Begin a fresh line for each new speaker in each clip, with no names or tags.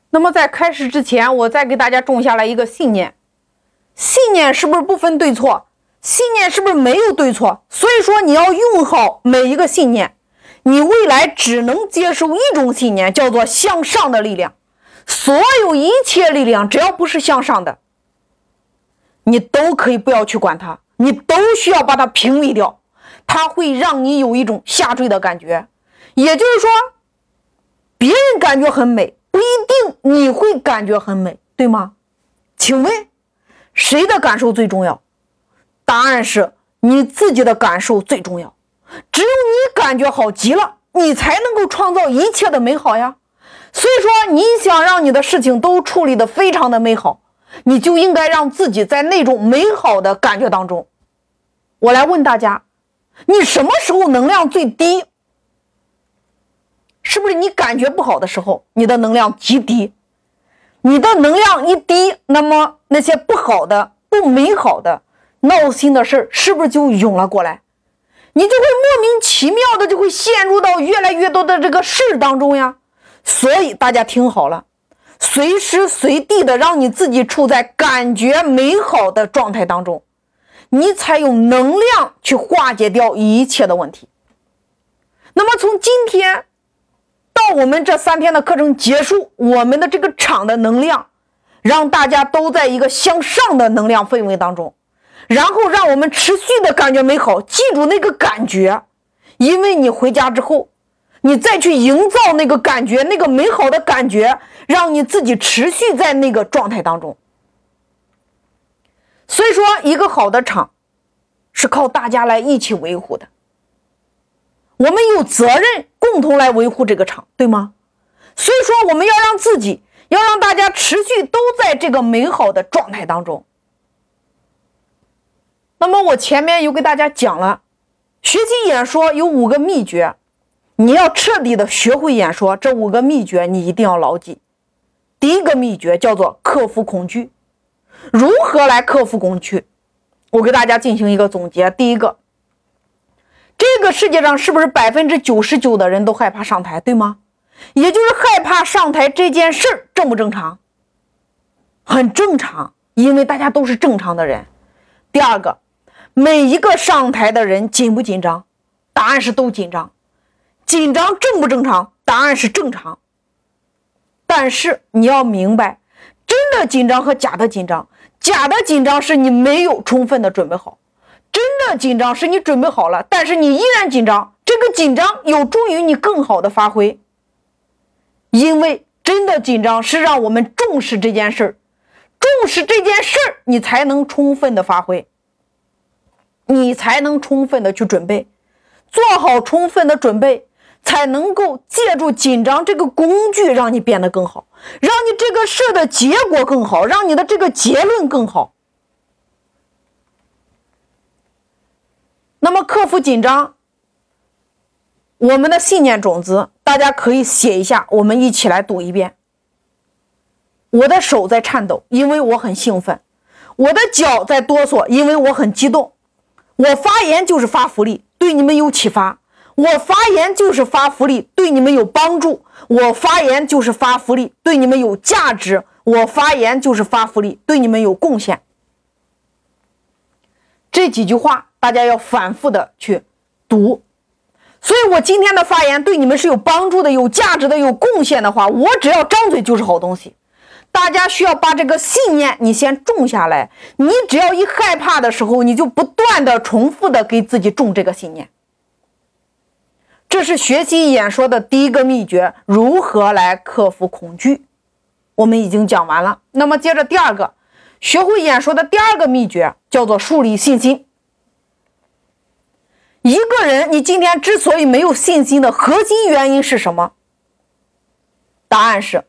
那么在开始之前，我再给大家种下来一个信念。信念是不是不分对错？信念是不是没有对错？所以说你要用好每一个信念，你未来只能接受一种信念，叫做向上的力量。所有一切力量只要不是向上的，你都可以不要去管它，你都需要把它屏蔽掉。它会让你有一种下坠的感觉，也就是说别人感觉很美，不一定你会感觉很美，对吗？请问谁的感受最重要？答案是你自己的感受最重要。只有你感觉好极了，你才能够创造一切的美好呀。所以说你想让你的事情都处理得非常的美好，你就应该让自己在那种美好的感觉当中。我来问大家，你什么时候能量最低？是不是你感觉不好的时候，你的能量极低？你的能量一低，那么那些不好的、不美好的、闹心的事是不是就涌了过来？你就会莫名其妙的就会陷入到越来越多的这个事当中呀。所以大家听好了，随时随地的让你自己处在感觉美好的状态当中，你才有能量去化解掉一切的问题。那么从今天到我们这3天的课程结束，我们的这个场的能量让大家都在一个向上的能量氛围当中，然后让我们持续的感觉美好，记住那个感觉。因为你回家之后，你再去营造那个感觉，那个美好的感觉，让你自己持续在那个状态当中。所以说一个好的场是靠大家来一起维护的，我们有责任共同来维护这个场，对吗？所以说我们要让自己，要让大家持续都在这个美好的状态当中。那么我前面有给大家讲了，学习演说有5个秘诀，你要彻底的学会演说，这5个秘诀你一定要牢记。第一个秘诀叫做克服恐惧。如何来克服恐惧？我给大家进行一个总结。第一个，这个世界上是不是99%的人都害怕上台，对吗？也就是害怕上台这件事正不正常？很正常，因为大家都是正常的人。第二个，每一个上台的人紧不紧张？答案是都紧张。紧张正不正常？答案是正常。但是你要明白，真的紧张和假的紧张，假的紧张是你没有充分的准备好，真的紧张是你准备好了，但是你依然紧张，这个紧张有助于你更好的发挥。因为真的紧张是让我们重视这件事，重视这件事你才能充分的发挥，你才能充分的去准备，做好充分的准备，才能够借助紧张这个工具让你变得更好，让你这个事的结果更好，让你的这个结论更好。那么克服紧张，我们的信念种子大家可以写一下，我们一起来读一遍。我的手在颤抖，因为我很兴奋；我的脚在哆嗦，因为我很激动。我发言就是发福利，对你们有启发；我发言就是发福利，对你们有帮助；我发言就是发福利，对你们有价值；我发言就是发福利，对你们有贡献。这几句话大家要反复的去读。所以我今天的发言对你们是有帮助的、有价值的、有贡献的话，我只要张嘴就是好东西。大家需要把这个信念你先种下来，你只要一害怕的时候，你就不断的重复的给自己种这个信念。这是学习演说的第一个秘诀，如何来克服恐惧，我们已经讲完了。那么接着第二个，学会演说的第二个秘诀叫做树立信心。一个人你今天之所以没有信心的核心原因是什么？答案是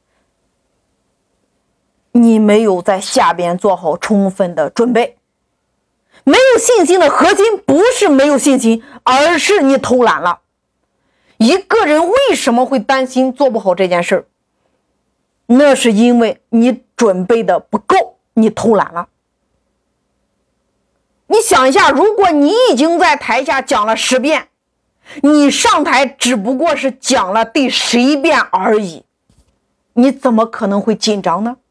你没有在下边做好充分的准备。没有信心的核心不是没有信心，而是你偷懒了。一个人为什么会担心做不好这件事？那是因为你准备的不够，你偷懒了。你想一下，如果你已经在台下讲了10遍，你上台只不过是讲了第11遍而已， 你怎么可能会紧张呢？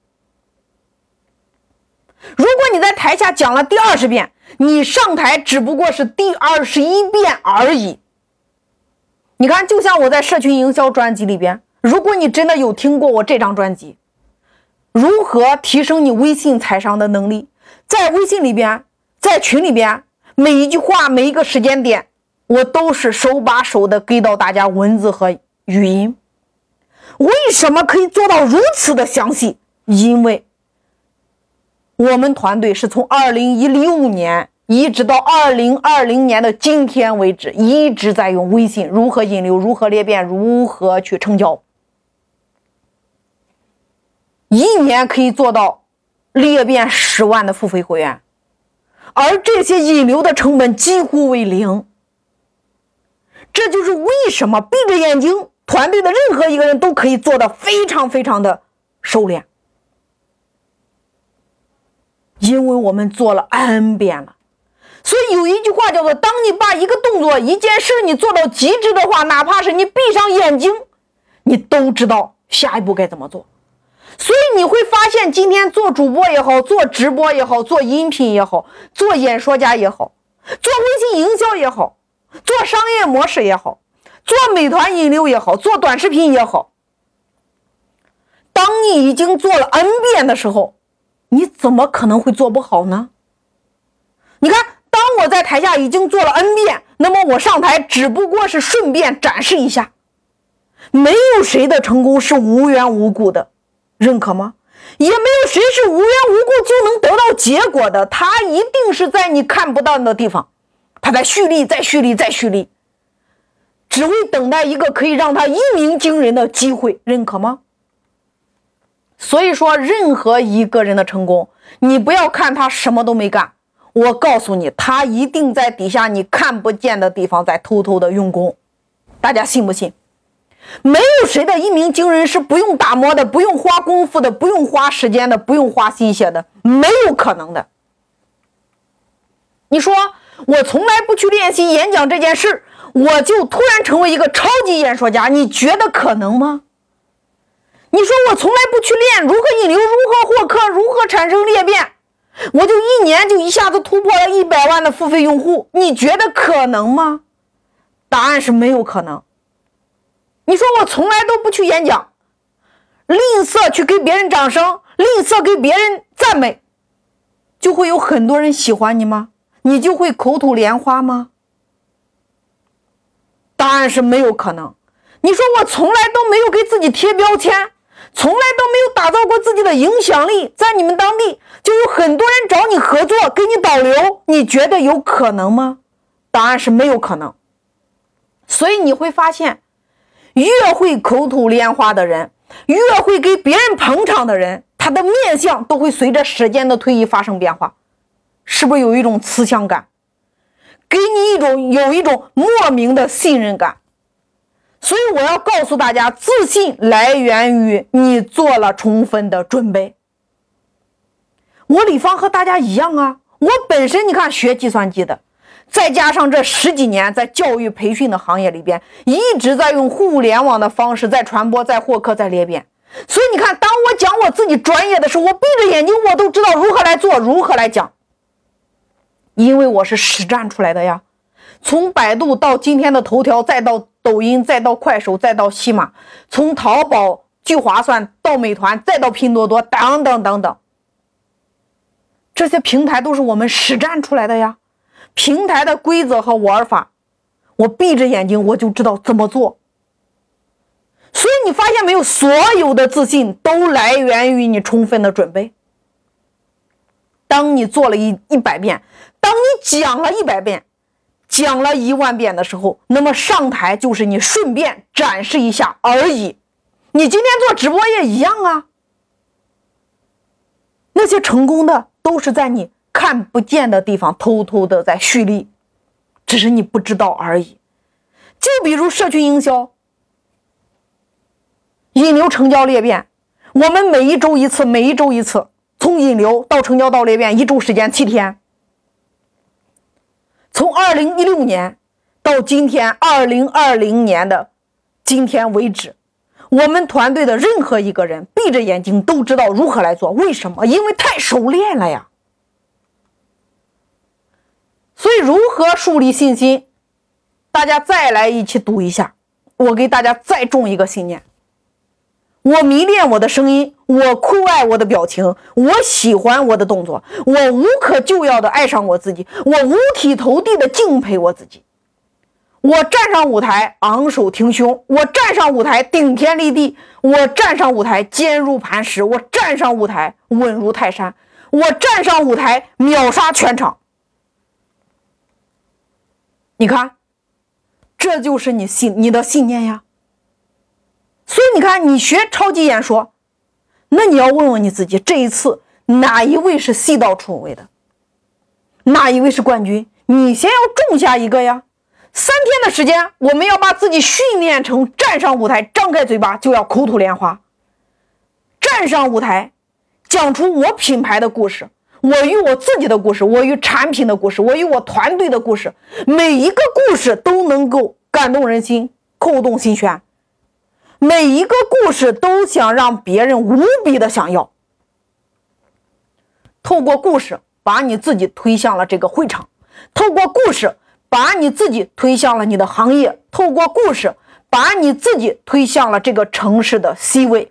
如果你在台下讲了第20遍，你上台只不过是第21遍而已。你看，就像我在社群营销专辑里边，如果你真的有听过我这张专辑，如何提升你微信财商的能力，在微信里边，在群里边，每一句话，每一个时间点，我都是手把手的给到大家文字和语音。为什么可以做到如此的详细？因为我们团队是从2016年一直到2020年的今天为止，一直在用微信如何引流，如何裂变，如何去成交。1年可以做到裂变10万的付费会员，而这些引流的成本几乎为0。这就是为什么闭着眼睛，团队的任何一个人都可以做得非常非常的熟练。因为我们做了 N 遍了。所以有一句话叫做，当你把一个动作，一件事你做到极致的话，哪怕是你闭上眼睛，你都知道下一步该怎么做。所以你会发现，今天做主播也好，做直播也好，做音频也好，做演说家也好，做微信营销也好，做商业模式也好，做美团引流也好，做短视频也好，当你已经做了 N 遍的时候，你怎么可能会做不好呢？你看，当我在台下已经做了 N 遍，那么我上台只不过是顺便展示一下。没有谁的成功是无缘无故的，认可吗？也没有谁是无缘无故就能得到结果的，他一定是在你看不到的地方，他在蓄力，再蓄力，再蓄力，只为等待一个可以让他一鸣惊人的机会，认可吗？所以说，任何一个人的成功，你不要看他什么都没干，我告诉你，他一定在底下你看不见的地方在偷偷的用功。大家信不信？没有谁的一鸣惊人是不用打磨的，不用花功夫的，不用花时间的，不用花心血的，没有可能的。你说我从来不去练习演讲这件事，我就突然成为一个超级演说家，你觉得可能吗？你说我从来不去练如何引流，如何获客，如何产生裂变，我就1年就一下子突破了100万的付费用户，你觉得可能吗？答案是没有可能。你说我从来都不去演讲，吝啬去给别人掌声，吝啬给别人赞美，就会有很多人喜欢你吗？你就会口吐莲花吗？答案是没有可能。你说我从来都没有给自己贴标签，从来都没有打造过自己的影响力，在你们当地就有很多人找你合作，给你导流，你觉得有可能吗？答案是没有可能。所以你会发现，越会口吐莲花的人，越会给别人捧场的人，他的面相都会随着时间的推移发生变化。是不是有一种慈祥感，给你有一种莫名的信任感？所以我要告诉大家，自信来源于你做了充分的准备。我李芳和大家一样啊，我本身你看学计算机的，再加上这10几年在教育培训的行业里边，一直在用互联网的方式在传播，在获客，在裂变。所以你看，当我讲我自己专业的时候，我闭着眼睛我都知道如何来做，如何来讲，因为我是实战出来的呀。从百度到今天的头条，再到抖音，再到快手，再到西马，从淘宝、聚划算到美团，再到拼多多，等等等等，这些平台都是我们实战出来的呀。平台的规则和玩法，我闭着眼睛我就知道怎么做。所以你发现没有，所有的自信都来源于你充分的准备。当你做了100遍，当你讲了100遍，讲了1万遍的时候，那么上台就是你顺便展示一下而已。你今天做直播也一样啊。那些成功的都是在你看不见的地方偷偷的在蓄力，只是你不知道而已。就比如社群营销，引流、成交、裂变，我们每一周一次，每一周一次，从引流到成交到裂变，1周时间7天。从2016年到今天2020年的今天为止， 我们团队的任何一个人闭着眼睛都知道如何来做，为什么？因为太熟练了呀。所以如何树立信心，大家再来一起读一下。我给大家再种一个信念：我迷恋我的声音，我酷爱我的表情，我喜欢我的动作，我无可救药的爱上我自己，我五体投地的敬佩我自己。我站上舞台昂首挺胸，我站上舞台顶天立地，我站上舞台坚如磐石，我站上舞台稳如泰山，我站上舞台秒杀全场。你看，这就是你的信念呀。所以你看，你学超级演说，那你要问问你自己，这一次哪一位是戏到处位的，哪一位是冠军？你先要种下一个呀。3天的时间，我们要把自己训练成站上舞台张开嘴巴就要口吐莲花，站上舞台讲出我品牌的故事，我与我自己的故事，我与产品的故事，我与我团队的故事，每一个故事都能够感动人心，扣动心弦，每一个故事都想让别人无比的想要。透过故事把你自己推向了这个会场，透过故事把你自己推向了你的行业，透过故事把你自己推向了这个城市的 C 位。